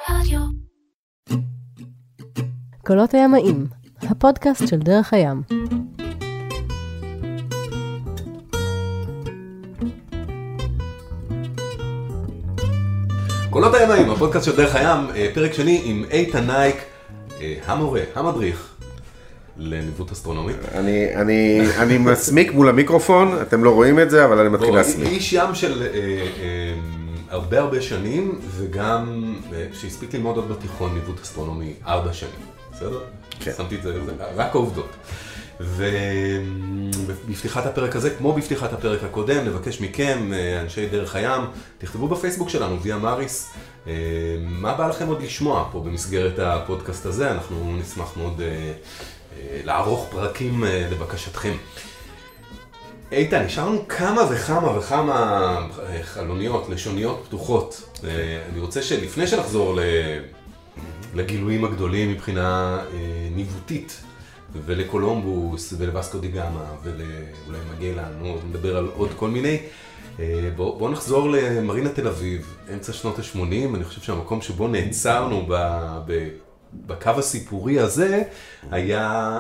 רדיו. קולות הימאים, הפודקאסט של דרך הים. קולות הימאים, הפודקאסט של דרך הים, פרק שני עם איתן נייק, המורה, המדריך לניווט אסטרונומי. אני מסמיק מול המיקרופון, אתם לא רואים את זה, אבל אני מתחיל להסמיק. איש ים של הרבה שנים, וגם שהספיק ללמוד עוד בתיכון ניווט אסטרונומי 4 שנים, בסדר? כן. שמתי את זה, רק העובדות. ובפתיחת הפרק הזה, כמו בפתיחת הפרק הקודם, נבקש מכם, אנשי דרך הים, תכתבו בפייסבוק שלנו, ויה מריס, מה בא לכם עוד לשמוע פה במסגרת הפודקאסט הזה? אנחנו נשמח מאוד לערוך פרקים לבקשתכם. איתן, נשארנו כמה וכמה חלוניות, לשוניות פתוחות. אני רוצה שלפני שנחזור לגילויים הגדולים מבחינה ניווטית, ולקולומבוס, ולווסקו די גאמה, ואולי מגלן, נדבר על עוד כל מיני. בואו נחזור למרינה תל אביב, אמצע שנות ה-80, אני חושב שהמקום שבו נעצרנו בקו הסיפורי הזה, היה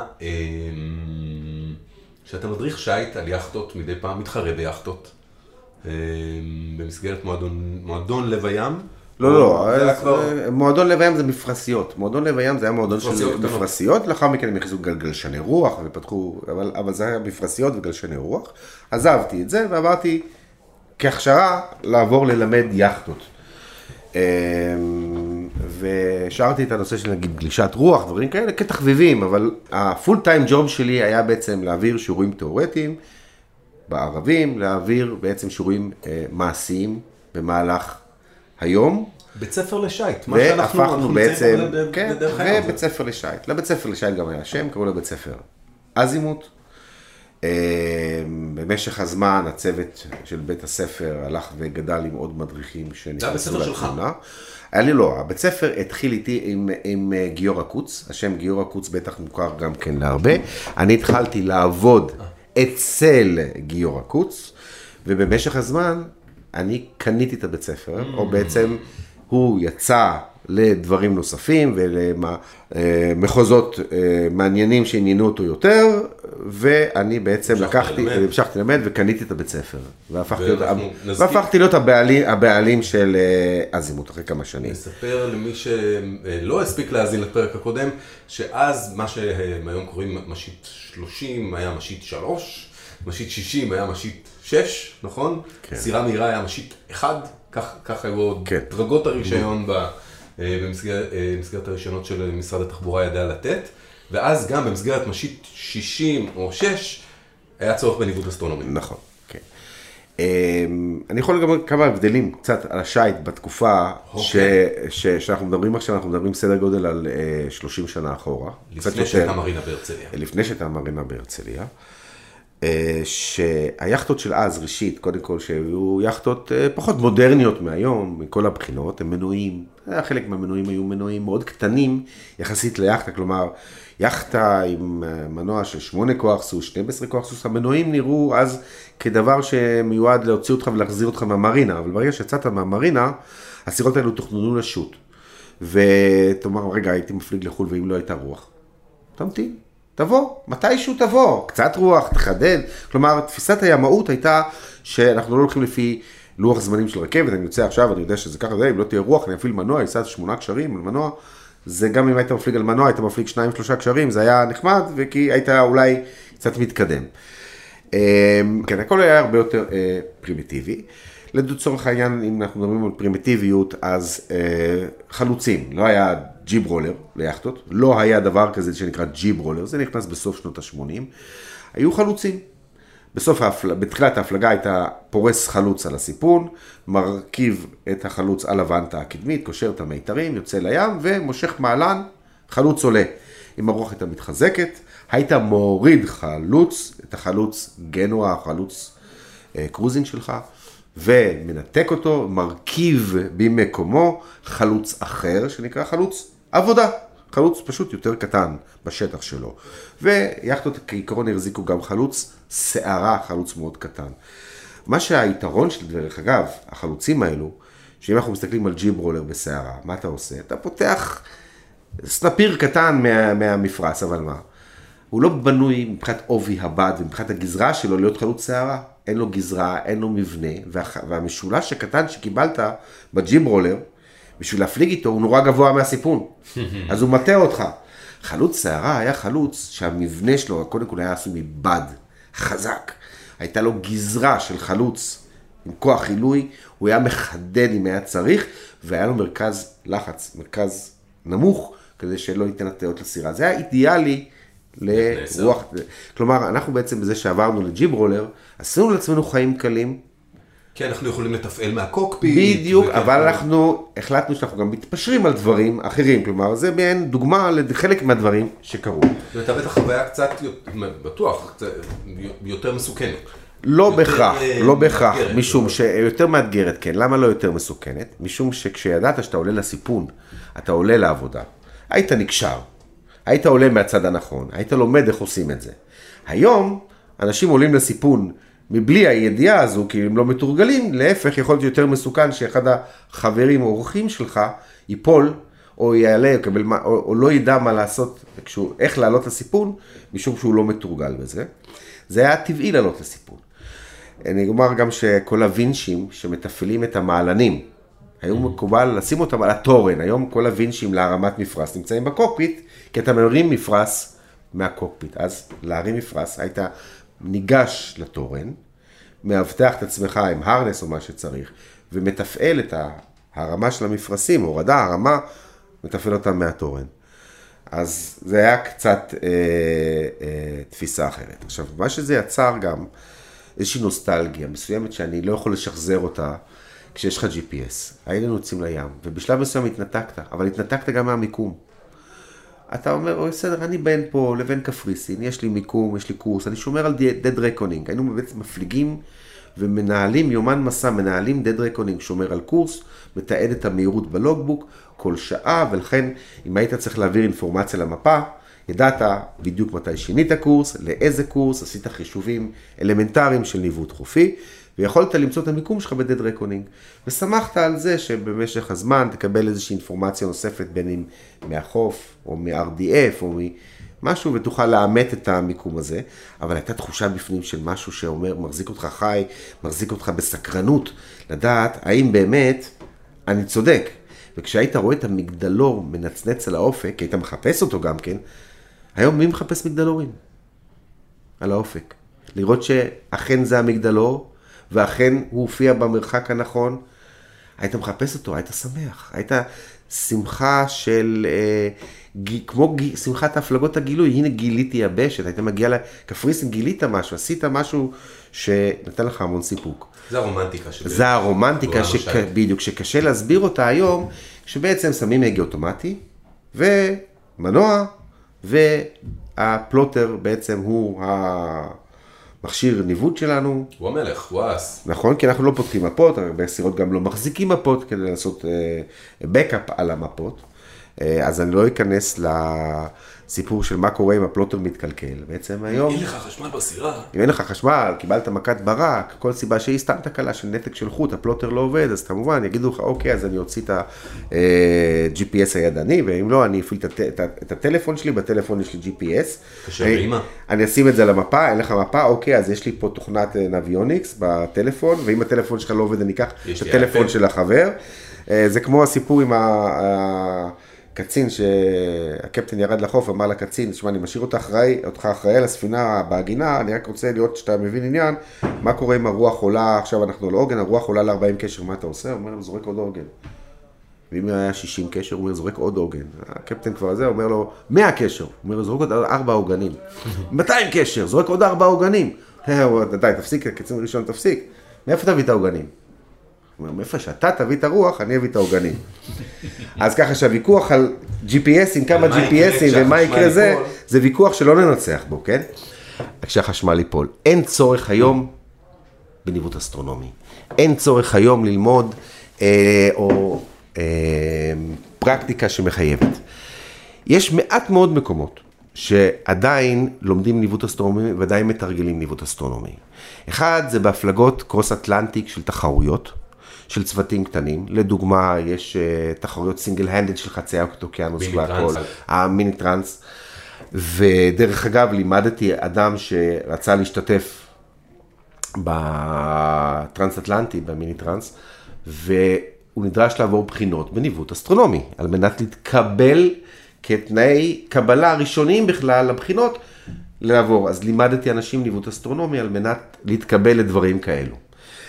שאתה מדריך שייט על יאכטות, מדי פעם מתחרה ביאכטות, במסגרת מועדון לב הים. לא, מועדון לב הים זה מפרסיות. מועדון לב הים זה היה מועדון של מפרסיות, לאחר מכן הם הכניסו גלשני רוח ופתחו, אבל זה היה מפרסיות וגלשני רוח. עזבתי את זה ועברתי כהכשרה לעבור ללמד יאכטות. ושארתי את הנושא של נגיד גלישת רוח, דברים כאלה, כתחביבים, אבל הפול טיים ג'וב שלי היה בעצם להעביר שיעורים תיאורטיים בערבים, להעביר בעצם שיעורים מעשיים במהלך היום. בית ספר לשייט, מה שאנחנו בעצם, כן, ובית ספר לשייט. לבית ספר לשייט גם היה שם, קראו לבית ספר אזימוט. במשך הזמן הצוות של בית הספר הלך וגדל עם עוד מדריכים זה הבית ספר שלך? היה לי לא, הבית ספר התחיל איתי עם גיורא קוץ, השם גיורא קוץ בטח מוכר גם כן להרבה. אני התחלתי לעבוד אצל גיורא קוץ, ובמשך הזמן אני קניתי את הבית ספר, או בעצם הוא יצא לדברים נוספים ולמחוזות מעניינים שעניינו אותו יותר, ואני בעצם המשכתי ללמד וקניתי את הבית ספר, והפכתי להיות הבעלים של אזימוט אחרי כמה שנים. נספר למי שלא הספיק להאזין לפרק הקודם, שאז מה שהם היום קוראים משיט 30 היה משיט 3, משיט 60 היה משיט 6, נכון? כן. סירה מהירה היה משיט 1, כך היו עוד דרגות הרישיון במסגרת הרישיונות של משרד התחבורה ידע לתת, ואז גם במסגרת משיט 60 או 6 היה צורך בניווט אסטרונומי. נכון, כן. אני יכול לומר כמה הבדלים קצת על השייט בתקופה שאנחנו מדברים עכשיו, אנחנו מדברים סדר גודל על 30 שנה אחורה. לפני שהייתה מרינה בהרצליה. לפני שהייתה מרינה בהרצליה. שהיאכטות של אז ראשית, קודם כל שהיו יאכטות פחות מודרניות מהיום, מכל הבחינות, הם מנועים, חלק מהמנועים היו מנועים מאוד קטנים יחסית ליאכטה, כלומר יאכטה עם מנוע של 8 כוח סוס, 12 כוח סוס, המנועים נראו אז כדבר שמיועד להוציא אותך ולהחזיר אותך מהמרינה, אבל ברגע שיצאת מהמרינה, הסירות האלו תוכננו לשוט, ותאמר רגע הייתי מפליג לחול ואם לא הייתה רוח, תמתין. תבוא, מתישהו תבוא, קצת רוח, תחדד. כלומר, תפיסת הימאות הייתה שאנחנו לא הולכים לפי לוח זמנים של רכבת, אני יוצא עכשיו, אני יודע שזה ככה, אם לא תהיה רוח, אני אפעיל מנוע, יצא 8 קשרים על מנוע, זה גם אם היית מפליג על מנוע, היית מפליג 2-3 קשרים, זה היה נחמד, וכי היית אולי קצת מתקדם. כן, הכל היה הרבה יותר פרימיטיבי. לצורך העניין, אם אנחנו מדברים על פרימיטיביות, אז חלוצים, לא היה ג'יב רולר ליאכטות, לא היה דבר כזה שנקרא ג'יב רולר, זה נכנס בסוף שנות ה-80, היו חלוצים. בתחילת ההפלגה הייתה פורס חלוץ על הסיפון, מרכיב את החלוץ על הוונטה הקדמית, קושר את המיתרים, יוצא לים ומושך מעלן, חלוץ עולה. אם הרוח הייתה מתחזקת, היית מוריד חלוץ, את החלוץ גנוע, החלוץ קרוזינג שלך, ומנתק אותו, מרכיב במקומו חלוץ אחר, שנקרא חלוץ עבודה. חלוץ פשוט יותר קטן בשטח שלו. ויאכטות כעיקרון הרזיקו גם חלוץ שערה, חלוץ מאוד קטן. מה שהיתרון של דרך אגב, החלוצים האלו, שאם אנחנו מסתכלים על ג'יב רולר בסערה, מה אתה עושה? אתה פותח סנפיר קטן מהמפרש, אבל מה? הוא לא בנוי מבחינת עובי הבד ומבחינת הגזרה שלו להיות חלוץ שערה. אין לו גזרה, אין לו מבנה, והמשולש הקטן שקיבלת בג'יב רולר, בשביל להפליג איתו, הוא נורא גבוה מהסיפון. אז הוא מטה אותך. חלוץ שערה היה חלוץ שהמבנה שלו, קודם כל היה עשוי מבד, חזק. הייתה לו גזרה של חלוץ עם כוח חילוי, הוא היה מחדד אם היה צריך, והיה לו מרכז לחץ, מרכז נמוך, כדי שלא ייתן הטעות לסירה. זה היה אידיאלי לרוח. כלומר, אנחנו בעצם בזה שעברנו לג'יב רולר, עשינו לעצמנו חיים קלים. כי אנחנו יכולים לתפעל מהקוקפיט. בדיוק, אבל אנחנו החלטנו שאנחנו גם מתפשרים על דברים אחרים. כלומר, זה מעין דוגמה לחלק מהדברים שקרו. ואתה בטח חוויה קצת, בטוח, יותר מסוכנת. לא בהכרח, משום שיותר מאתגרת, כן. למה לא יותר מסוכנת? משום שכשידעת שאתה עולה לסיפון, אתה עולה לעבודה, היית נקשר, היית עולה מהצד הנכון, היית לומד איך עושים את זה. היום, אנשים עולים לסיפון מבלי הידיעה הזו, כי הם לא מתורגלים, להפך יכול להיות יותר מסוכן שאחד החברים או אורחים שלך ייפול, או יעלה, או לא ידע מה לעשות, איך לעלות לסיפון, משום שהוא לא מתורגל בזה. זה היה טבעי לעלות לסיפון. אני אומר גם שכל הווינצ'ים שמתפעלים את המעלנים, היו מקובל לשים אותם על התורן. היום כל הווינצ'ים להרמת מפרש נמצאים בקוקפיט, כי אתה מרים מפרש מהקוקפיט. אז להרים מפרש היית ניגש לתורן, מאבטח את עצמך עם הרנס או מה שצריך, ומתפעל את הרמה של המפרשים, הורדה, הרמה, מתפעל אותם מהתורן. אז זה היה קצת תפיסה אחרת. עכשיו, מה שזה יצר גם איזושהי נוסטלגיה מסוימת שאני לא יכול לשחזר אותה כשיש לך GPS. היינו יוצאים לים, ובשלב מסוים התנתקת, אבל התנתקת גם מהמיקום. אתה אומר, בסדר, אני בין פה לבין קפריסין, יש לי מיקום, יש לי קורס, אני שומר על Dead Reckoning. היינו בעצם מפליגים ומנהלים יומן מסע, מנהלים Dead Reckoning, שומר על קורס, מתעד את המהירות בלוגבוק כל שעה, ולכן אם היית צריך להעביר אינפורמציה למפה, ידעת בדיוק מתי שינית קורס, לאיזה קורס, עשית חישובים אלמנטריים של ניווט חופי, ויכולת למצוא את המיקום שלך ב-Dead Reckoning. ושמחת על זה שבמשך הזמן תקבל איזושהי אינפורמציה נוספת, בין אם מהחוף, או מ-RDF, או משהו, ותוכל לאמת את המיקום הזה. אבל הייתה תחושה בפנים של משהו שאומר, מחזיק אותך חי, מחזיק אותך בסקרנות, לדעת האם באמת אני צודק. וכשהיית רואה את המגדלור מנצנץ על האופק, כי היית מחפש אותו גם כן, היום מי מחפש מגדלורים? על האופק. לראות שאכן זה המגדלור, ואכן הוא הופיע במרחק הנכון, היית מחפש אותו, היית שמח, היית שמחה של, כמו שמחת ההפלגות הגילוי, הנה גיליתי יבשת, היית מגיע לקפריסין, גילית משהו, עשית משהו שנתן לך המון סיפוק. זה הרומנטיקה. זה הרומנטיקה בדיוק, שקשה להסביר אותה היום, שבעצם שמים הגה אוטומטי, ומנוע, והפלוטר בעצם הוא מכשיר ניווט שלנו. הוא המלך, הוא האס. נכון, כי אנחנו לא פותחים מפות, בסירות גם לא מחזיקים מפות כדי לעשות בקאפ על המפות. אז אני לא אכנס לסיפור של מה קורה אם הפלוטר מתקלקל. בעצם היום... אין לך חשמל בסירה. אם אין לך חשמל, קיבלת מכת ברק, כל סיבה שהיא סתם תקלה של נתק של חוט, הפלוטר לא עובד, אז כמובן יגידו לך, אוקיי, אז אני אוציא את ה-GPS הידני, ואם לא, אני אפעיל את הטלפון שלי, בטלפון יש לי GPS. קשר לאמא. אני אשים את זה למפה, אין לך מפה, אוקיי, אז יש לי פה תוכנת נביוניקס בטלפון, ואם הטלפון שלך לא עובד, אני אקח את הטלפון של החבר. זה כמו הסיפור עם קצין שהקפטן ירד לחוף, אמר לקצין, תשמע, אני משאיר אותך אחראי על הספינה בהגינה, אני רק רוצה לראות שאתה מבין עניין, מה קורה אם הרוח עולה, עכשיו אנחנו על עוגן, הרוח עולה ל-40 קשר, מה אתה עושה? הוא אומר, זורק עוד עוגן. ואם היה 60 קשר, הוא אומר, זורק עוד עוגן. הקפטן כבר הזה, אומר לו, 100 קשר, הוא אומר, זורק עוד 4 עוגנים. 200 קשר, זורק עוד 4 עוגנים. די, תפסיק, הקצין ראשון תפסיק. מאיפה תביא את העוגנים? הוא אומר, מאיפה שאתה תביא את הרוח, אני אביא את העוגנים. אז ככה שהוויכוח על GPSים, כמה GPSים ומה יקרה זה ויכוח שלא ננצח בו, כן? כשהחשמל ייפול. אין צורך היום בניווט אסטרונומי. אין צורך היום ללמוד או פרקטיקה שמחייבת. יש מעט מאוד מקומות שעדיין לומדים ניווט אסטרונומי ועדיין מתרגלים ניווט אסטרונומי. אחד זה בהפלגות קרוס אטלנטיק של תחרויות, של צוותים קטנים. לדוגמה, יש תחרויות סינגל-הנדד של חציית אוקיינוס והכל. המיני טרנס. ודרך אגב, לימדתי אדם שרצה להשתתף בטרנס-אטלנטי, במיני טרנס, והוא נדרש לעבור בחינות בניווט אסטרונומי, על מנת להתקבל כתנאי קבלה ראשונים בכלל לבחינות לעבור. אז לימדתי אנשים ניווט אסטרונומי על מנת להתקבל לדברים כאלו.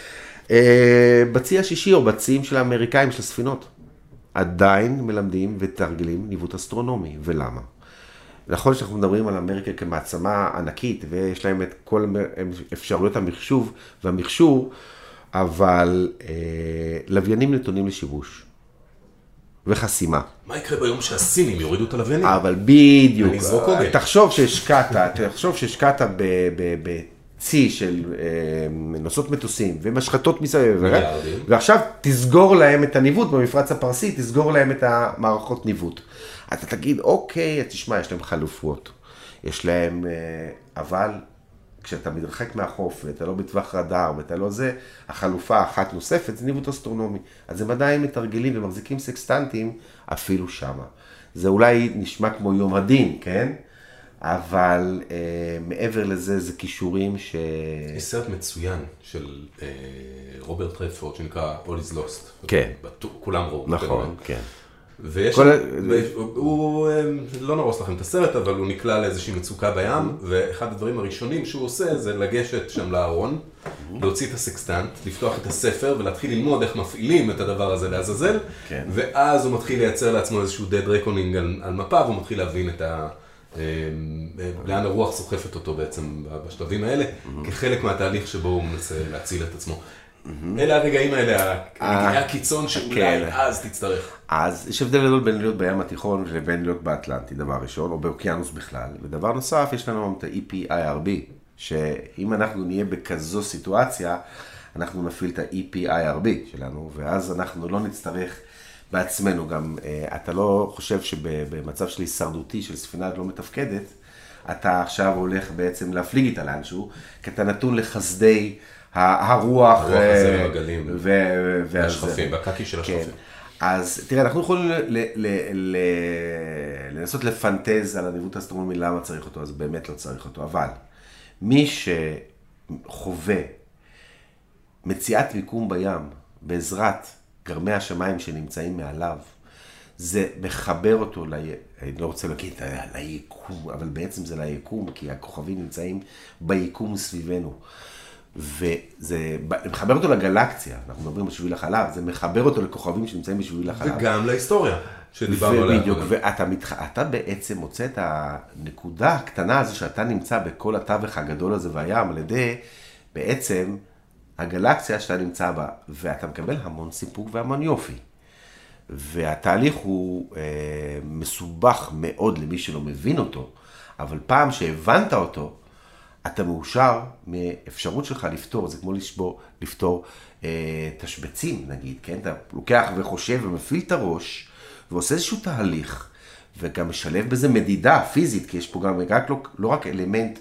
בצי השישי או בציים של האמריקאים של הספינות, עדיין מלמדים ותרגלים ניווט אסטרונומי. ולמה? נכון שאנחנו מדברים על אמריקה כמעצמה ענקית, ויש להם את כל אפשרויות המחשוב והמכשור, אבל לוויינים נתונים לשיבוש וחסימה. מה יקרה ביום שהסינים יורידו את הלוויינים? אבל בדיוק, תחשוב שהשקעת בצי של נוסעות מטוסים ומשחטות מסביב, ועכשיו תסגור להם את הניווט במפרץ הפרסי, תסגור להם את המערכות ניווט. אתה תגיד, אוקיי, תשמע, יש להם חלופות, יש להם, אבל כשאתה מתרחק מהחוף ואתה לא בטווח רדאר ואתה לא זה, החלופה אחת נוספת זה ניווט אסטרונומי. אז הם עדיין מתרגלים ומחזיקים סקסטנטים אפילו שמה. זה אולי נשמע כמו יום הדין, כן? אבל מעבר לזה זה כישורים ש... יש סרט מצוין של רוברט רדפורד שנקרא All is Lost. כן. כולם ראו. נכון, כן. ויש, הוא לא נרוס לכם את הסרט, אבל הוא נקלע לאיזושהי מצוקה בים, ואחד הדברים הראשונים שהוא עושה זה לגשת שם לארון, להוציא את הסקסטנט, לפתוח את הספר ולהתחיל ללמוד איך מפעילים את הדבר הזה לעזאזל, ואז הוא מתחיל לייצר לעצמו איזשהו dead reckoning על מפה, והוא מתחיל להבין את לאן הרוח סוחפת אותו בעצם בשלבים האלה, כחלק מהתהליך שבו הוא מנסה להציל את עצמו. אלה הרגעים האלה, הקיצון שאולי אז תצטרך. אז יש הבדל גדול בין להיות בים התיכון לבין להיות באטלנטי, דבר ראשון, או באוקיינוס בכלל. ודבר נוסף, יש לנו את ה-EPIRB, שאם אנחנו נהיה בכזו סיטואציה, אנחנו נפעיל את ה-EPIRB שלנו, ואז אנחנו לא נצטרך בעצמנו גם, אתה לא חושב שבמצב של הישרדותי של ספינה לא מתפקדת, אתה עכשיו הולך בעצם להפליג איתה לאנשהו, כי אתה נתון לחסדי הרוח הזה והגלים, והשכפים, והקקי של השכפים. אז תראה, אנחנו יכולים לנסות לפנטז על הניווט האסטרונומי, למה צריך אותו, אז באמת לא צריך אותו, אבל מי שחווה מציאת מיקום בים בעזרת גרמי השמיים שנמצאים מעליו, זה מחבר אותו, אני לא רוצה להגיד ליקום, אבל בעצם זה ליקום, כי הכוכבים נמצאים ביקום סביבנו. וזה מחבר אותו לגלקסיה, אנחנו מדברים בשביל החלב, זה מחבר אותו לכוכבים שנמצאים בשביל החלב. וגם להיסטוריה שדיברנו עליה. ובדיוק, ואתה בעצם מוצא את הנקודה הקטנה הזו שאתה נמצא בכל התווך הגדול הזה והים, על ידי בעצם הגלקסיה שאתה נמצא בה, ואתה מקבל המון סיפוק והמון יופי. והתהליך הוא מסובך מאוד למי שלא מבין אותו, אבל פעם שהבנת אותו, אתה מאושר מאפשרות שלך לפתור, זה כמו לפתור תשבצים נגיד, כן? אתה לוקח וחושב ומפעיל את הראש, ועושה איזשהו תהליך, וגם משלב בזה מדידה פיזית, כי יש פה גם לא רק אלמנט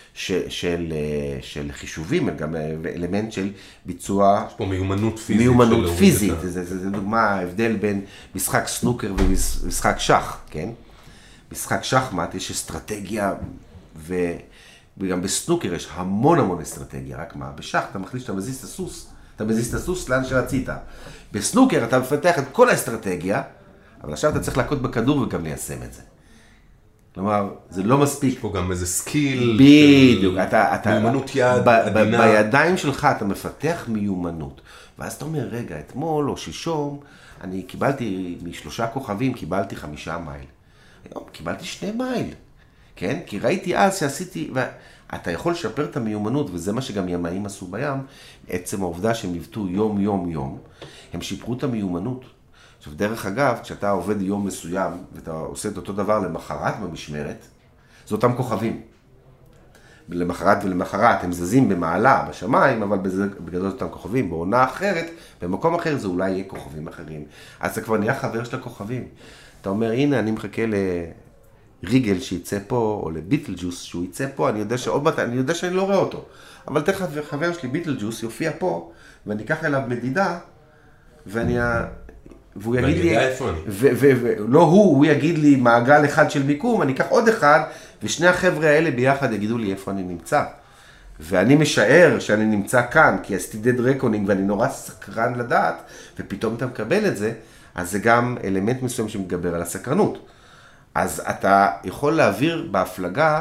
של חישובים, אלא גם אלמנט של ביצוע... יש פה מיומנות פיזית. מיומנות פיזית, זה דוגמה, ההבדל בין משחק סנוקר ומשחק שח, כן? משחק שחמט יש אסטרטגיה וגם בסנוקר יש המון אסטרטגיה, רק מה? בשח אתה מחליט שאתה מזיז את הסוס, אתה מזיז את הסוס לאן שרצית. בסנוקר אתה מפתח את כל האסטרטגיה, אבל עכשיו אתה צריך להכות בכדור וגם ליישם את זה. כלומר, זה לא מספיק. יש פה גם איזה סקיל, בדיוק, מיומנות יד, עדינה. בידיים שלך אתה מפתח מיומנות. ואז אתה אומר, רגע, אתמול או שלשום, אני קיבלתי מ3 כוכבים, קיבלתי 5 מייל. היום קיבלתי 2 מייל. כן? כי ראיתי אז שעשיתי, ואתה יכול לשפר את המיומנות, וזה מה שגם ימאים עשו בים, עצם העובדה שהם ליוותו יום, הם שיפרו את המיומנות. עכשיו, דרך אגב, כשאתה עובד יום מסוים, ואתה עושה את אותו דבר למחרת במשמרת, זה אותם כוכבים. למחרת ולמחרת, הם זזים במעלה, בשמיים, אבל בגדול אותם כוכבים. בעונה אחרת, במקום אחר זה אולי יהיה כוכבים אחרים. אז אתה כבר נהיה חבר של הכוכבים. אתה אומר, הנה, אני מחכה ריגל שיצא פה, או לביטלג'וס שהוא יצא פה, אני יודע שאני לא רואה אותו. אבל תכף חבר שלי ביטלג'וס יופיע פה, ואני אקח אליו מדידה, והוא יגיד לי, יודע איפה אני. לא הוא יגיד לי מעגל אחד של מיקום, אני אקח עוד אחד, ושני החבר'ה האלה ביחד יגידו לי איפה אני נמצא. ואני משער שאני נמצא כאן, כי עשיתי dead reckoning ואני נורא סקרן לדעת, ופתאום אתה מקבל את זה, אז זה גם אלמנט מסוים שמתגבר על הסקרנות. אז אתה יכול להעביר בהפלגה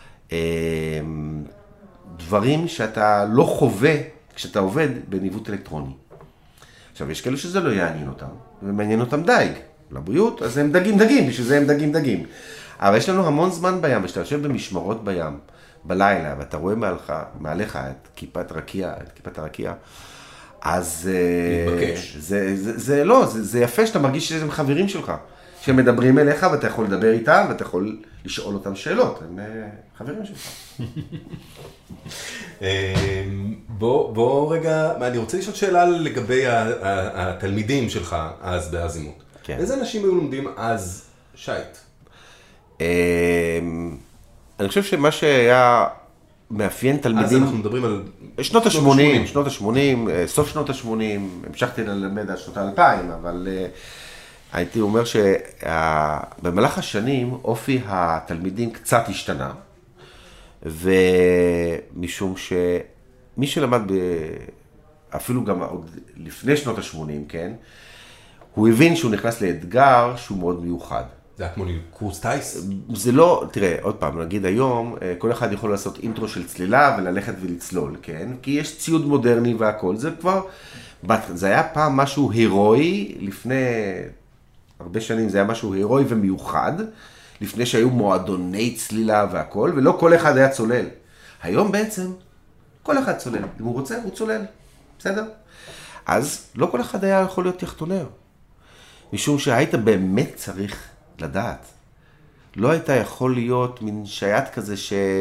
דברים שאתה לא חווה כשאתה עובד בניווט אלקטרוני. עכשיו, יש כאלה שזה לא יעניין אותם, ומעניין אותם דייג. לבריאות, אז הם דגים, בשביל זה הם דגים. אבל יש לנו המון זמן בים, ושאתה יושב במשמרות בים, בלילה, ואתה רואה מעליך את כיפת הרקיע, אז זה יפה שאתה מרגיש שהם חברים שלך, שהם מדברים אליך, ואתה יכול לדבר איתם, ואתה יכול לשאול אותם שאלות, הם חברים שלך. בוא רגע, אני רוצה לשאול שאלה לגבי התלמידים שלך אז באזימוט. איזה אנשים היו לומדים אז שייט? אני חושב שמה שהיה מאפיין תלמידים... אז אנחנו מדברים על... שנות ה-80, סוף שנות ה-80, המשכתי ללמד עד שנות ה-2000, אבל הייתי אומר שבמהלך השנים אופי התלמידים קצת השתנה, ומשום שמי שלמד אפילו גם עוד לפני שנות ה-80, כן, הוא הבין שהוא נכנס לאתגר שהוא מאוד מיוחד. זה היה כמו קורס טייס? זה לא, תראה, עוד פעם, נגיד היום, כל אחד יכול לעשות אינטרו של צלילה וללכת ולצלול, כן? כי יש ציוד מודרני והכל, זה כבר, זה היה פעם משהו הירואי, לפני הרבה שנים זה היה משהו הירואי ומיוחד, לפני שהיו מועדוני צלילה והכל, ולא כל אחד היה צולל. היום בעצם, כל אחד צולל. אם הוא רוצה, הוא צולל. בסדר? אז לא כל אחד היה יכול להיות יחתונר. משום שהיית באמת צריך לדעת. לא היית יכול להיות מין שייט כזה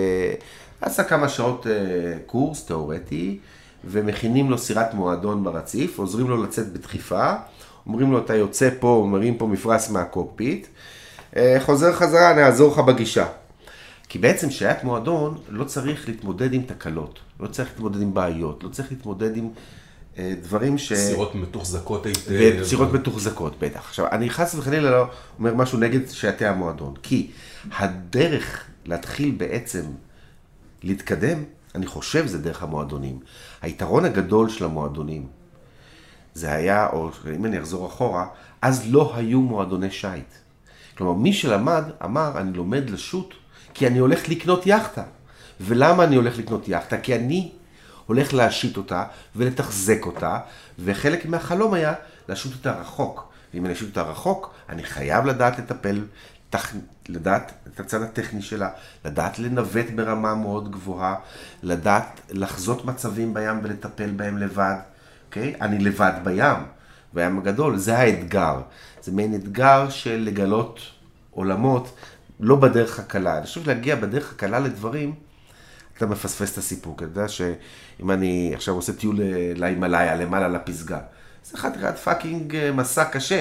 שעשה כמה שעות קורס תיאורטי, ומכינים לו סירת מועדון ברציף, עוזרים לו לצאת בדחיפה, אומרים לו, אתה יוצא פה, אומרים פה מפרס מהקוקפיט, חוזר חזרה, נעזור לך בגישה. כי בעצם שייט מועדון לא צריך להתמודד עם תקלות, לא צריך להתמודד עם בעיות, לא צריך להתמודד עם דברים סירות מתוחזקות היטב. סירות מתוחזקות, בטח. עכשיו, אני חס וחלילה לא אומר משהו נגד שייטי המועדון, כי הדרך להתחיל בעצם להתקדם, אני חושב זה דרך המועדונים. היתרון הגדול של המועדונים, זה היה, או אם אני אחזור אחורה, אז לא היו מועדוני שייט. כלומר, מי שלמד אמר, אני לומד לשוט, כי אני הולך לקנות יחטה. ולמה אני הולך לקנות יחטה? כי אני הולך להשיט אותה ולתחזק אותה, וחלק מהחלום היה להשוט אותה רחוק. ואם אני אשוט אותה רחוק, אני חייב לדעת לטפל, לדעת את הצד הטכני שלה, לדעת לנווט ברמה מאוד גבוהה, לדעת לחזות מצבים בים ולטפל בהם לבד. אוקיי? אני לבד בים הגדול, זה האתגר. זה מעין אתגר של לגלות עולמות, לא בדרך הקלה. אני חושב להגיע בדרך הקלה לדברים, אתה מפספס את הסיפור. אתה יודע שאם אני עכשיו עושה טיול להימאליה, למעלה לפסגה, זה חתיכת פאקינג מסע קשה.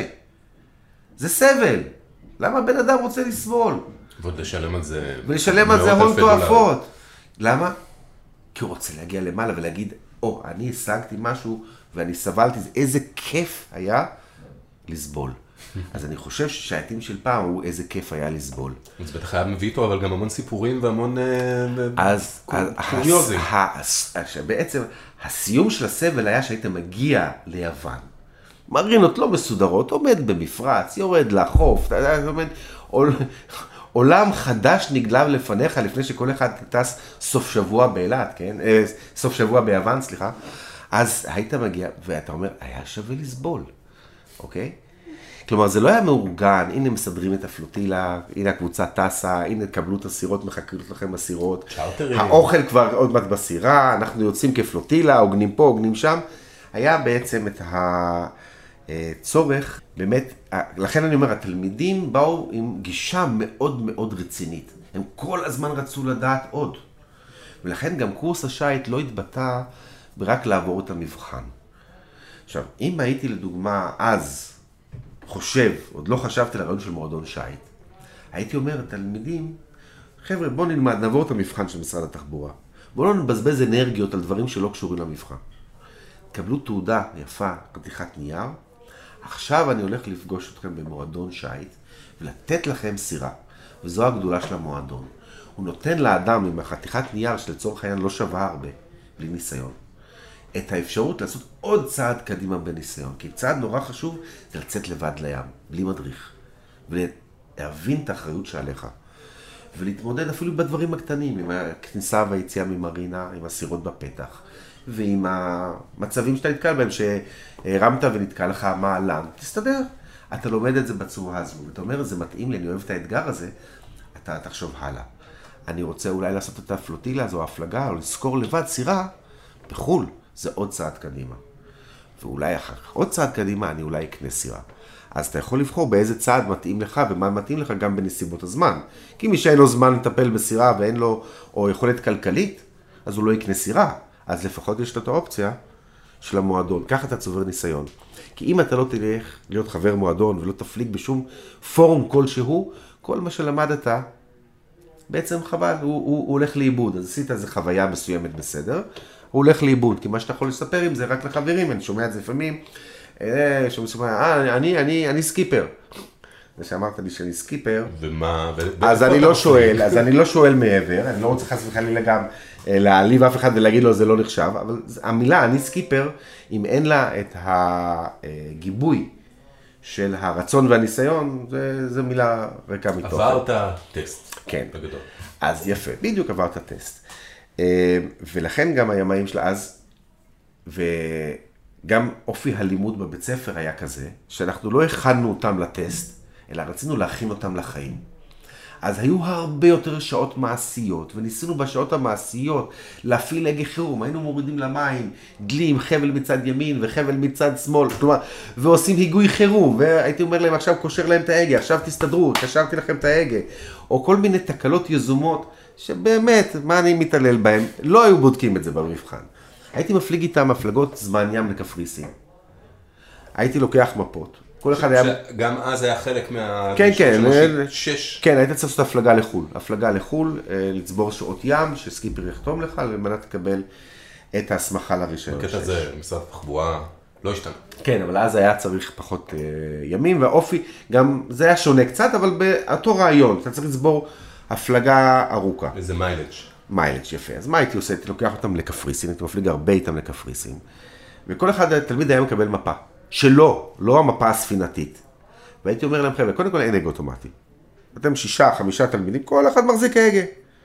זה סבל. למה בן אדם רוצה לסבול? ועוד לשלם על זה... ולשלם על זה הון תועפות. למה? כי הוא רוצה להגיע למעלה ולהגיד, אני השגתי משהו ואני סבלתי, איזה כיף היה לסבול. אז אני חושב ששייטים של פעם הוא איזה כיף היה לסבול. אז בטח היה מביא איתו, אבל גם המון סיפורים והמון קוריוזים. בעצם הסיום של הסבל היה שהיית מגיע ליוון. מרינות לא מסודרות, עומד במפרץ, יורד לחוף, עולם חדש נגלב לפניך לפני שכל אחד טס סוף שבוע באילת, כן? סוף שבוע ביוון, סליחה. אז היית מגיע, ואתה אומר, היה שווה לסבול, אוקיי? כלומר, זה לא היה מאורגן, הנה מסדרים את הפלוטילה, הנה הקבוצה טסה, הנה קבלו את הסירות, מחכות לכם הסירות. צ'ארטרים. האוכל כבר עוד מעט בסירה, אנחנו יוצאים כפלוטילה, עוגנים פה, עוגנים שם. היה בעצם את הצורך, באמת, לכן אני אומר, התלמידים באו עם גישה מאוד מאוד רצינית. הם כל הזמן רצו לדעת עוד. ולכן גם קורס השייט לא התבטא ברק לעבור את המבחן. עכשיו, אם הייתי לדוגמה אז חושב, עוד לא חשבתי לרעיון של מועדון שייט, הייתי אומר לתלמידים, חבר'ה, בואו נלמד, נעבור את המבחן של משרד התחבורה. בואו לא נבזבז אנרגיות על דברים שלא קשורים למבחן. קבלו תעודה יפה, חתיכת נייר, עכשיו אני הולך לפגוש אתכם במועדון שייט, ולתת לכם סירה. וזו הגדולה של המועדון. הוא נותן לאדם עם החתיכת נייר שלצורך העניין לא שווה הרבה, בלי ניסיון, את האפשרות לעשות עוד צעד קדימה בניסיון. כי צעד נורא חשוב זה לצאת לבד לים, בלי מדריך. ולהבין את האחריות שעליך. ולהתמודד אפילו בדברים הקטנים, עם הכניסה והיציאה ממרינה, עם הסירות בפתח, ועם המצבים שאתה נתקל בהם, שהרמת ונתקע לך מעלן. תסתדר. אתה לומד את זה בצורה הזו, ואתה אומר, זה מתאים לי, אני אוהב את האתגר הזה, אתה תחשוב הלאה. אני רוצה אולי לעשות את הפלוטילה הזו, ההפלגה, או לזכור לבד סירה בחול, זה עוד צעד קדימה. ואולי אחר כך עוד צעד קדימה, אני אולי אקנה סירה. אז אתה יכול לבחור באיזה צעד מתאים לך, ומה מתאים לך גם בנסיבות הזמן. כי מי שאין לו זמן לטפל בסירה, ואין לו, או יכולת כלכלית, אז הוא לא יקנה סירה. אז לפחות יש לו את האופציה של המועדון. ככה אתה צובר ניסיון. כי אם אתה לא תלך להיות חבר מועדון, ולא תפליג בשום פורום כלשהו, כל מה שלמדת, בעצם חבל, הוא הולך לאיבוד. אז עשית איזו חוויה מסוימת בסדר, הוא הולך לאיבוד, כי מה שאתה יכול לספר עם זה רק לחברים, אני שומע את זה לפעמים, אני סקיפר. זה שאמרת לי שאני סקיפר, ומה? אז אני לא שואל מעבר, אני לא רוצה חס וחלילה גם להעליב אף אחד ולהגיד לו זה לא נחשב, אבל המילה אני סקיפר, אם אין לה את הגיבוי של הרצון והניסיון, זה מילה ריקה מתוכן. עברת טסט. כן. בגדול. אז יפה, בדיוק עברת טסט. ולכן גם הימאים של אז, וגם אופי הלימוד בבית ספר היה כזה, שאנחנו לא הכנו אותם לטסט, אלא רצינו להכין אותם לחיים. אז היו הרבה יותר שעות מעשיות, וניסינו בשעות המעשיות להפעיל הגה חירום, היינו מורידים למים, דלי עם חבל מצד ימין וחבל מצד שמאל, כלומר, ועושים היגוי חירום, והייתי אומר להם עכשיו קושר להם את ההגה, עכשיו תסתדרו, קשרתי לכם את ההגה, או כל מיני תקלות יזומות, שבאמת, מה אני מתעלל בהם, לא היו בודקים את זה במבחן. הייתי מפליג איתם הפלגות זמן ים לקפריסין. הייתי לוקח מפות. כל אחד היה... גם אז היה חלק מה... כן, כן. 6. כן, היית צריך לעשות הפלגה לחול. הפלגה לחול, לצבור שעות ים, שסקיפר יחתום לך, למנת לקבל את ההסמכה לרישיון. בקטע הזה, משרד התחבורה לא השתנה. כן, אבל אז היה צריך פחות ימים, והאופי, גם זה היה שונה קצת, אבל באותו רעיון, אתה צריך לצבור הפלגה ארוכה. איזה מיילג'. מיילג', יפה. אז מה הייתי עושה? הייתי לוקח אותם לקפריסין, הייתי מפליג הרבה איתם לקפריסין, וכל אחד, התלמיד היה מקבל מפה. שלא, לא המפה הספינתית. והייתי אומר להם, חבר'ה, קודם כל אין הגה אוטומטי. אתם 6-5 תלמידים, כל אחד מחזיק הגה.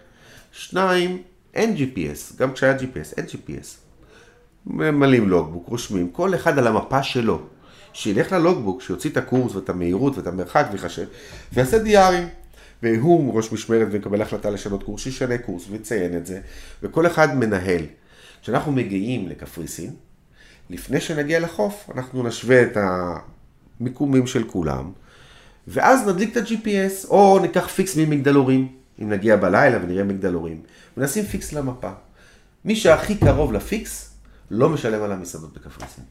2, אין GPS, גם כשהיה GPS, אין GPS. ממלאים לוגבוק, רושמים, כל אחד על המפה שלו. שילך ללוגבוק, שיוציא את הקורס ואת המהירות ואת המרחק ויחשב, ויעשה דיארים. והוא ראש משמרת ומקבל החלטה לשנות קורס, שישנה קורס ויציין את זה, וכל אחד מנהל. כשאנחנו מגיעים לקפריסין, לפני שנגיע לחוף, אנחנו נשווה את המיקומים של כולם, ואז נדליק את ה-GPS, או ניקח פיקס ממגדלורים, אם נגיע בלילה ונראה מגדלורים, ונשים פיקס למפה. מי שהכי קרוב לפיקס, לא משלם על המסעדות בקפריסין.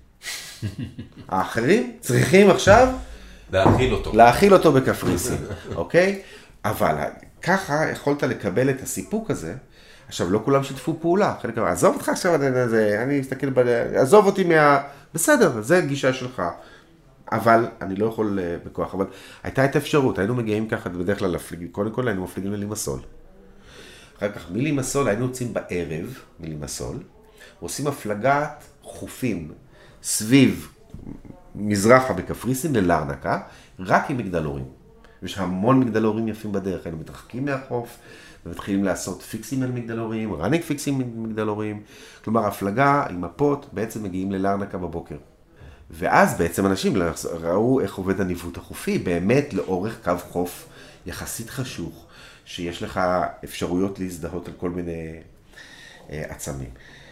האחרים צריכים עכשיו להאכיל אותו בקפריסין, אוקיי? אבל ככה יכולת לקבל את הסיפוק הזה. עכשיו, לא כולם שיתפו פעולה. חלק אמר, עזוב אותך עכשיו, אני מסתכל, עזוב אותי בסדר, זה גישה שלך. אבל אני לא יכול בכוח. אבל הייתה את האפשרות, היינו מגיעים ככה בדרך כלל להפליג, קודם כל היינו מפליגים ללימסול. אחר כך מלימסול היינו יוצאים בערב מלימסול, ועושים הפלגת חופים סביב מזרחה בקפריסין ללרנקה, רק עם מגדלורים. ויש המון מגדלורים יפים בדרך, היינו מתרחקים מהחוף, ומתחילים לעשות פיקסים על מגדלורים, רניק פיקסים על מגדלורים, כלומר הפלגה עם מפות בעצם מגיעים ללרנקה בבוקר. ואז בעצם אנשים ראו איך עובד הניווט החופי, באמת לאורך קו חוף יחסית חשוך, שיש לך אפשרויות להזדהות על כל מיני עצמים.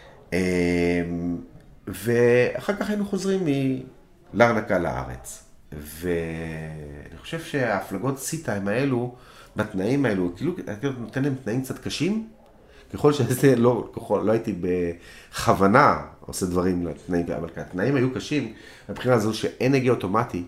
ואחר כך היינו חוזרים מלרנקה לארץ. ואני חושב שההפלגות סיטיים האלו, בתנאים האלו, כאילו נותן להם תנאים קצת קשים, ככל שזה לא הייתי בכוונה עושה דברים לתנאים, אבל התנאים היו קשים, מבחינה הזו שאין הגה אוטומטי,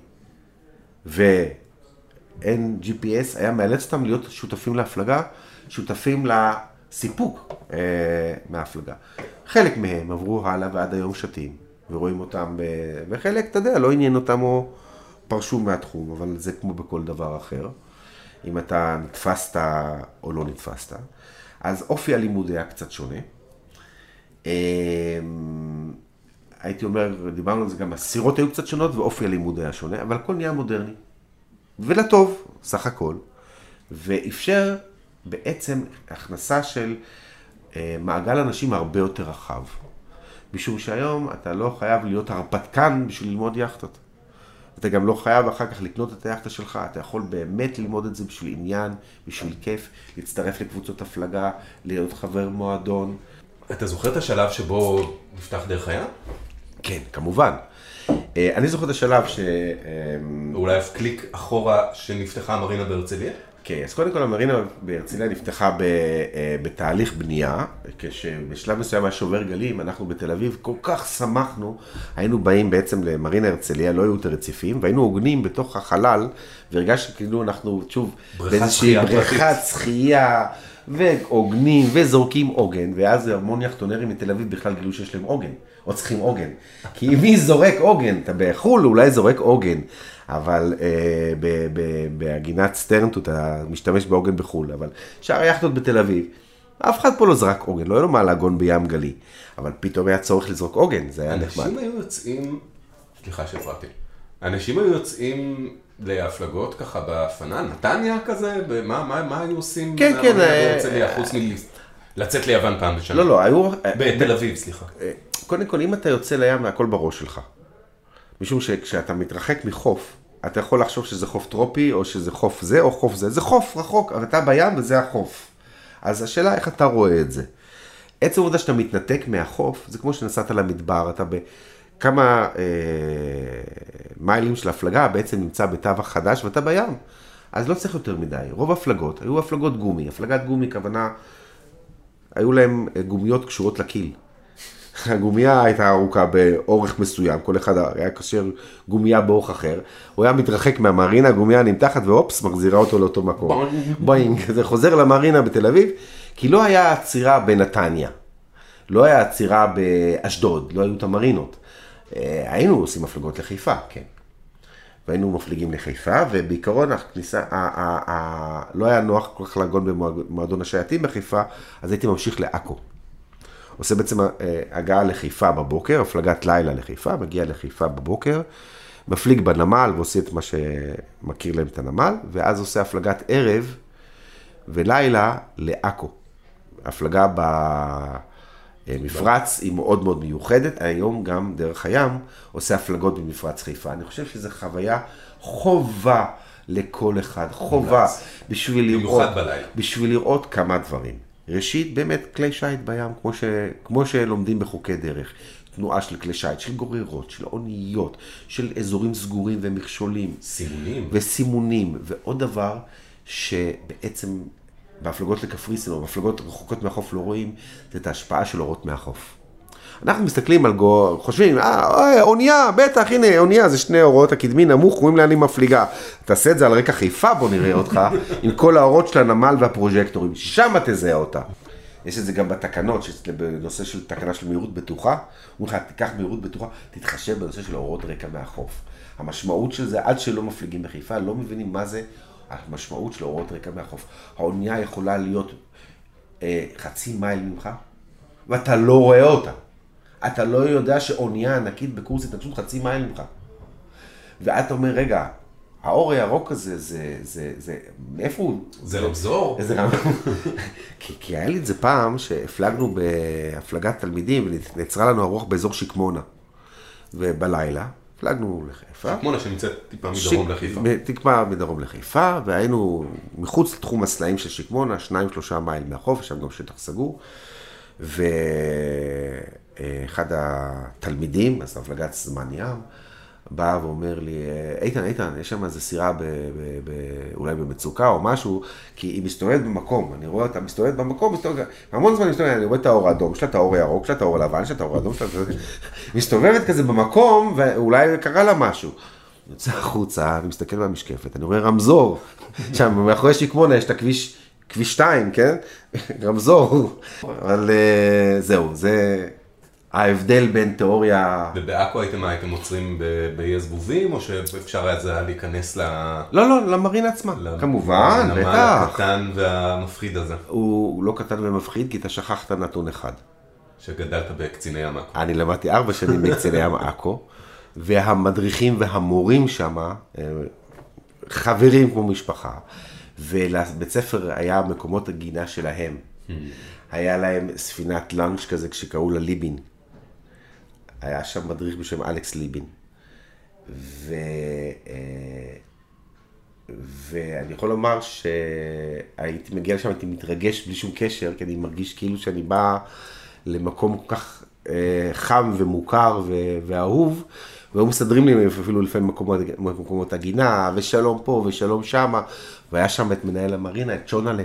ואין GPS, היה מאלץ אותם להיות שותפים להפלגה, שותפים לסיפוק מההפלגה. חלק מהם עברו הלאה ועד היום שתים, ורואים אותם, וחלק, אתה יודע, לא עניין אותם או פרשו מהתחום, אבל זה כמו בכל דבר אחר. אם אתה נתפסת או לא נתפסת. אז אופי הלימוד היה קצת שונה. הייתי אומר, דיברנו על זה גם, הסירות היו קצת שונות ואופי הלימוד היה שונה, אבל הכל נהיה מודרני. ולטוב, סך הכל. ואפשר בעצם הכנסה של מעגל אנשים הרבה יותר רחב. משום שהיום אתה לא חייב להיות הרפתקן בשביל ללמוד יחטות. אתה גם לא חייב אחר כך לקנות את היחטה שלך, אתה יכול באמת ללמוד את זה בשביל עניין, בשביל כיף, להצטרף לקבוצות הפלגה, להיות חבר מועדון. אתה זוכר את השלב שבו נפתח דרך הים? כן, כמובן. אני זוכר את השלב אולי אף קליק אחורה שנפתחה המרינה בהרצליה? כן, אז קודם כל המרינה בהרצליה נפתחה בתהליך בנייה, כשבשלב מסוים היה שובר גלים, אנחנו בתל אביב כל כך שמחנו, היינו באים בעצם למרינה הרצליה, לא היו יותר רציפים, והיינו עוגנים בתוך החלל, והרגשנו כאילו אנחנו, שוב, באיזושהי בריכת שחייה, ועוגנים וזורקים עוגן, ואז המון יחטונרים מתל אביב בכלל גילו שיש להם עוגן, או צריכים עוגן. כי מי זורק עוגן? אתה בחול אולי זורק עוגן, אבל בהגינת סטרנט אתה משתמש בעוגן בחול, אבל שאר היחטות בתל אביב, אף אחד פה לא זרק עוגן, לא היה לו מה לעגון בים גלי, אבל פתאום היה צורך לזרוק עוגן, זה היה נחמד. אנשים היו יוצאים, סליחה שהפרעתי, אנשים היו יוצאים להפלגות ככה באפנה, נתניה כזה, מה היו עושים? כן, כן. חוץ מלצאת ליוון פעם בשנה. לא, לא, היו... בתל אביב, סליחה. קודם כל, אם אתה יוצא לים, הכל בראש שלך. משום שכשאתה מתרחק מחוף, אתה יכול לחשוב שזה חוף טרופי, או שזה חוף זה, או חוף זה. זה חוף רחוק, אבל אתה בים וזה החוף. אז השאלה איך אתה רואה את זה. עצם העובדה שאתה מתנתק מהחוף, זה כמו שנסעת למדבר, אתה בכמה מיילים של הפלגה, בעצם נמצא בטווח חדש, ואתה בים. אז לא צריך יותר מדי. רוב הפלגות, היו הפלגות גומי. הפלגת גומי, כוונה, היו להם גומיות קשורות לקיל. הגומיה הייתה ארוכה באורך מסוים, כל אחד היה קשר גומיה באורך אחר, הוא היה מתרחק מהמרינה, הגומיה נמתחת ואופס, מחזירה אותו לאותו מקום. בוינג, זה חוזר למרינה בתל אביב, כי לא היה עצירה בנתניה, לא היה עצירה באשדוד, לא היו את המרינות. היינו עושים מפלגות לחיפה, כן. והיינו מפליגים לחיפה, ובעיקרון הכניסה, לא היה נוח כל כך לעגון במועדון השייטים בחיפה, אז הייתי ממשיך לעכו. עושה בעצם הגעה לחיפה בבוקר, הפלגת לילה לחיפה, מגיע לחיפה בבוקר, מפליג בנמל ועושה את מה שמכיר להם את הנמל, ואז עושה הפלגת ערב ולילה לעכו. הפלגה במפרץ היא מאוד מאוד מיוחדת, היום גם דרך הים עושה הפלגות במפרץ חיפה. אני חושב שזו חוויה חובה לכל אחד, חובה בשביל לראות כמה דברים. ראשית, באמת כלי שייט בים, כמו שלומדים בחוקי דרך, תנועה של כלי שייט, של גוררות, של אוניות, של אזורים סגורים ומכשולים. סימונים. וסימונים, ועוד דבר שבעצם בהפלגות לקפריסין, או בהפלגות רחוקות מהחוף לא רואים, זה את ההשפעה של אורות מהחוף. אנחנו מסתכלים על חושבים, אונייה, בטח, הנה, אונייה, זה שני אורות, הקדמי נמוך, רואים לאן היא מפליגה. תעשה את זה על רקע חיפה, בוא נראה אותך, עם כל האורות של הנמל והפרוז'קטורים, שם תזהה אותה. יש את זה גם בתקנות, בנושא של תקנה של מהירות בטוחה, אומרים לך, תיקח מהירות בטוחה, תתחשב בנושא של אורות רקע מהחוף. המשמעות של זה, עד שלא מפליגים בחיפה, לא מבינים מה זה המשמעות של אורות רקע מהחוף. האונייה יכולה להיות חצי מייל ממך, ואתה לא רואה אותה. אתה לא יודע שאונייה ענקית בקורס התנגשות חצי מייל ממך. ואתה אומר, רגע, האור הירוק הזה, זה, מאיפה הוא? זה רמזור? כי היה לי את זה פעם שהפלגנו בהפלגת תלמידים, ונצרה לנו הרוח באזור שקמונה. ובלילה, הפלגנו לחיפה. שקמונה שנמצאת טיפה מדרום לחיפה. טיפה מדרום לחיפה, והיינו מחוץ לתחום הסלעים של שקמונה, 2-3 מייל מהחוף, יש שם גם שטח סגור. ואחד התלמידים, אז הפלגת זמן ים, בא ואומר לי, איתן, יש שם איזו סירה אולי במצוקה או משהו, כי היא מסתובבת במקום, אני רואה אותה מסתובבת במקום, המון זמן מסתובבת, אני רואה את האור האדום, יש לה את האור הירוק, יש לה את האור הלבן, יש לה את האור האדום, מסתובבת כזה במקום, ואולי קרה לה משהו. אני יוצא החוצה, אני מסתכל במשקפת, אני רואה רמזור, שם מאחורי שקמונה יש את הכביש 2, כן? רמזור. אבל זהו, זה ההבדל בין תיאוריה... ובעכו הייתם עוצרים באי הזבובים, או שאפשר היה להיכנס לא, למרינה עצמה, כמובן, בטח. לנמל הקטן והמפחיד הזה. הוא לא קטן ומפחיד, כי אתה שכחת נתון אחד. שגדלת בקציני ים עכו. אני למדתי 4 שנים בקציני ים עכו, והמדריכים והמורים שם, חברים כמו משפחה, ולבית ספר היה מקומות הגינה שלהם. היה להם ספינת לנץ' כזה כשקראו לה ליבין. היה שם מדריך בשם אלכס ליבין. ואני יכול לומר שהייתי מגיע לשם, הייתי מתרגש בלי שום קשר, כי אני מרגיש כאילו שאני בא למקום כל כך חם ומוכר ואהוב, והיו מסדרים לי אפילו לפעמים מקומות הגינה, ושלום פה ושלום שמה, והיה שם את מנהל המרינה, את צ'ונלה.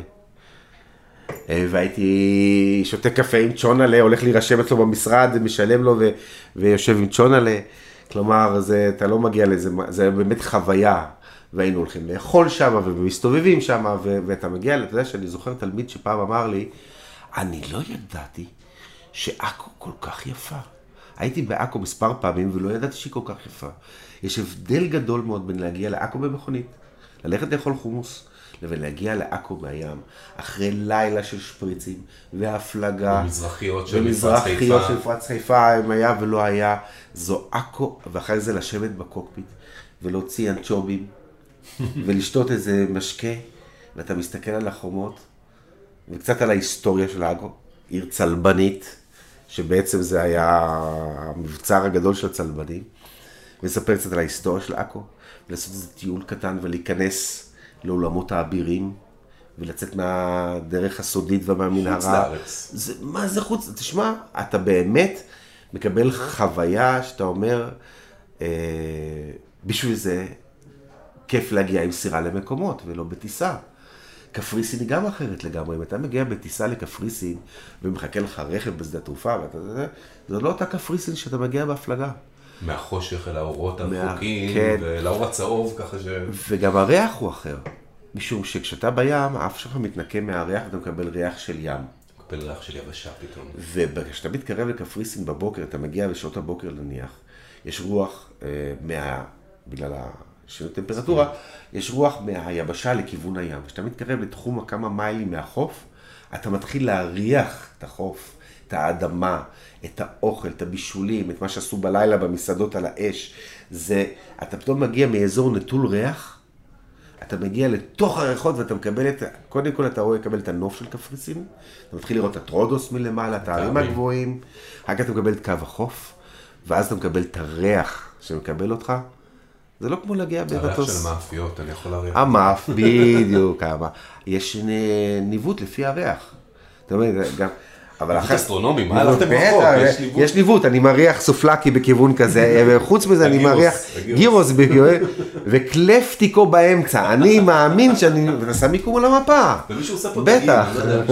והייתי שותה קפה עם צ'ונלה, הולך להירשם אצלו במשרד, משלם לו ויושב עם צ'ונלה. כלומר, אתה לא מגיע לזה, זה באמת חוויה. והיינו הולכים לאכול שם ומסתובבים שם, ואתה מגיע, אתה יודע שאני זוכר תלמיד שפעם אמר לי, אני לא ידעתי שעכו כל כך יפה. הייתי בעכו מספר פעמים ולא ידעתי שהיא כל כך יפה. יש הבדל גדול מאוד בין להגיע לעכו במכונית, ללכת לאכול חומוס, לבין להגיע לעכו מהים, אחרי לילה של שפריצים והפלגה. ומזרחיות של מפרץ חיפה. ומזרחיות של מפרץ חיפה, אם היה ולא היה. זו עכו, ואחרי זה לשבת בקוקפיט ולהוציא אנצ'ובים ולשתות איזה משקה, ואתה מסתכל על החומות וקצת על ההיסטוריה של עכו, עיר צלבנית, שבעצם זה היה המבצר הגדול של הצלבנים, ולספר קצת על ההיסטוריה של עכו, ולעשות איזה טיול קטן ולהיכנס לעולמות האבירים, ולצאת מהדרך הסודית ומהמנהרה. חוץ לארץ. מה זה חוץ? תשמע, אתה באמת מקבל חוויה שאתה אומר, בשביל זה כיף להגיע עם סירה למקומות ולא בטיסה. קפריסין היא גם אחרת לגמרי. אם אתה מגיע בטיסה לקפריסין ומחכה לך רכב בשדה התעופה, זו לא אותה קפריסין שאתה מגיע בהפלגה. מהחושך אל האורות הרחוקים, כן. ולאור הצהוב, ככה ש... וגם הריח הוא אחר. משום שכשאתה בים, האף שלך מתנקה מהריח ואתה מקבל ריח של ים. מקבל ריח של יבשה פתאום. וכשאתה מתקרב לקפריסין בבוקר, אתה מגיע בשעות הבוקר נניח, יש רוח בגלל שינוי טמפרטורה, יש רוח מהיבשה לכיוון הים. כשאתה מתקרב לתחום כמה מיילים מהחוף, אתה מתחיל להריח את החוף, את האדמה, את האוכל, את הבישולים, את מה שעשו בלילה במסעדות על האש. אתה פתאום מגיע מאזור נטול ריח, אתה מגיע לתוך הריחות ואתה מקבל קודם כל אתה רואה לקבל את הנוף של קפריסין, אתה מתחיל לראות את רודוס מלמעלה, את הערים הגבוהים, אחר כך אתה מקבל את קו החוף, ואז אתה מקבל את הריח שמקבל אותך. זה לא כמו להגיע במטוס. הריח של מאפיות, אני יכול להריח. המאף, בדיוק, יש ניווט לפי הריח. אתה אומר, גם... ניווט אסטרונומי, מה הלכתם רחוק? יש ניווט, אני מריח סופלקי בכיוון כזה, וחוץ מזה אני מריח גירוס, וקלפטיקו באמצע. אני מאמין שאני... ונסע מיקום על המפה. ומישהו עושה פה דגים. בטח.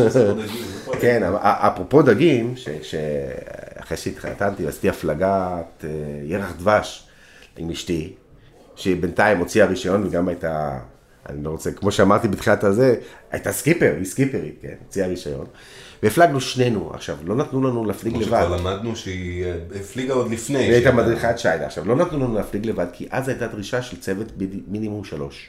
כן, אפרופו דגים, שאחרי שהתחתנתי, עשיתי הפלגת ירח דבש עם אשתי, שבינתיים הוציאה רישיון וגם הייתה, אני לא רוצה, כמו שאמרתי בתחילת הזה, הייתה סקיפר, היא סקיפרית, כן, הוציאה רישיון. והפלגנו שנינו, עכשיו, לא נתנו לנו להפליג לבד. כמו שכבר למדנו שהיא הפליגה עוד לפני. והיא הייתה מדריכת שיידה. עכשיו, לא נתנו לנו להפליג לבד, כי אז הייתה דרישה של צוות מינימום 3.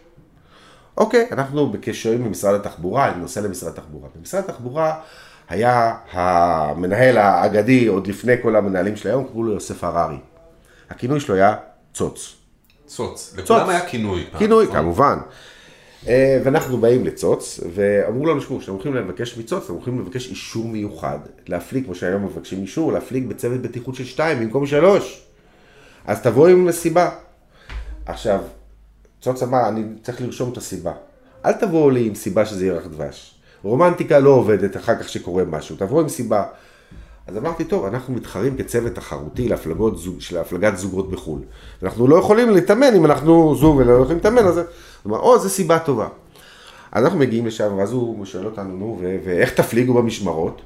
אוקיי, אנחנו בקשרים במשרד התחבורה, אני נוסע למשרד התחבורה. במשרד התחבורה היה המנהל האגדי, עוד לפני כל המנהלים של היום, קראו לו יוסף הררי. הכינוי שלו היה צוץ. צוץ. לכולם היה כינוי. כינוי, כמובן. ואנחנו באים לצוץ, ואמרו לנו, שמעו, שאתם הולכים לבקש מצוץ, אתם הולכים לבקש אישור מיוחד, להפליג, כמו שהיום מבקשים אישור, להפליג בצוות בטיחות של 2 במקום 3. אז תבואו עם סיבה. עכשיו, צוץ אמר, אני צריך לרשום את הסיבה. אל תבואו לי עם סיבה שזה ירח דבש. רומנטיקה לא עובדת אחר כך שקורה משהו, תבואו עם סיבה. אז אמרתי, טוב, אנחנו מתחרים כצוות תחרותי להפלגת זוגות בחו"ל. אנחנו לא יכולים להתאמן אם אנחנו זוג ולא יכולים להתאמן, אז הוא אמר, זו סיבה טובה. אז אנחנו מגיעים לשם, ואז הוא שואל אותנו, נו, ואיך תפליגו במשמרות?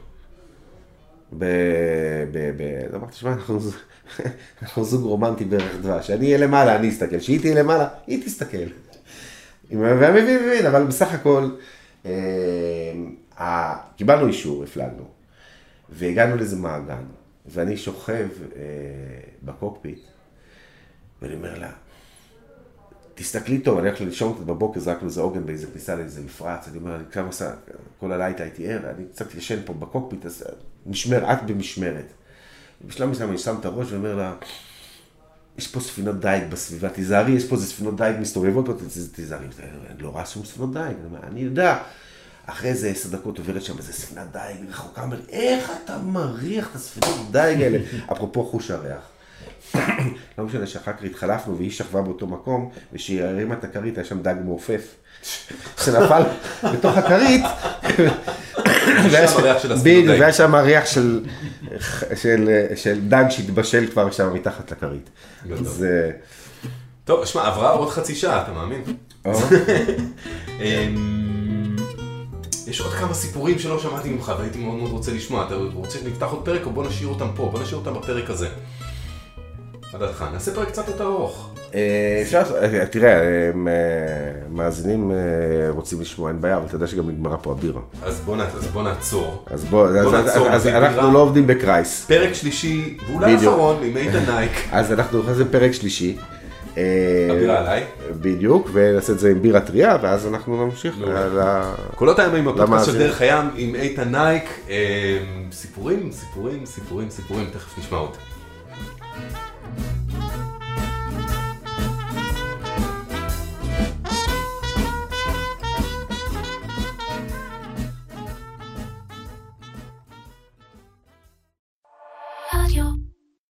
אמרתי, שמע, אנחנו זוג רומנטי בערך דבש. אני אהיה למעלה, אני אסתכל. שהיא תהיה למעלה, היא תסתכל. ומבין, אבל בסך הכל, קיבלנו אישור, הפלגנו. והגענו לאיזה מעגן, ואני שוכב בקוקפיט, ואני אומר לה, תסתכלי טוב, אני הולך לישון קצת בבוקר, זרק לו איזה עוגן באיזה כניסה לאיזה מפרץ, אני אומר, אני כבר עושה, כל הלילה הייתי ער, אני קצת ישן פה בקוקפיט, אז את במשמרת. בשלב מסוים אני שם את הראש ואומר לה, יש פה ספינות דייג בסביבה, תיזהרי, יש פה איזה ספינות דייג מסתובבות, תיזהרי, אני לא רואה שום ספינות דייג, אני יודע, אחרי איזה 10 דקות עוברת שם איזה ספינת דייג, רחוקה, אומר, איך אתה מריח את הספינות דייג האלה? אפרופו חוש הריח. לא משנה שאחר כך התחלפנו והיא שכבה באותו מקום, ושהיא הרימה את הכרית, היה שם דג מעופף, שנפל בתוך הכרית, והיה שם הריח של דג שהתבשל כבר שם מתחת לכרית. טוב, שמע, עברה עוד חצי שעה, אתה מאמין? יש עוד כמה סיפורים שלא שמעתי ממך והייתי מאוד מאוד רוצה לשמוע. אתה רוצה שנפתח עוד פרק או בוא נשאיר אותם פה? בוא נשאיר אותם בפרק הזה. לדעתך, נעשה פרק קצת יותר ארוך. אפשר, תראה, מאזינים רוצים לשמוע, אין בעיה, אבל אתה יודע שגם נגמרה פה הבירה. אז בוא נעצור. אז אנחנו לא עובדים בקרייס. פרק שלישי, ואולי אחרון, עם איתן נייק. אז אנחנו נכנסים פרק שלישי. הבירה עליי. בדיוק, ונעשה את זה עם בירה טריה, ואז אנחנו נמשיך. קולות הימים, הפודקאסט של דרך הים עם איתן נייק. סיפורים, תכף נשמע עוד.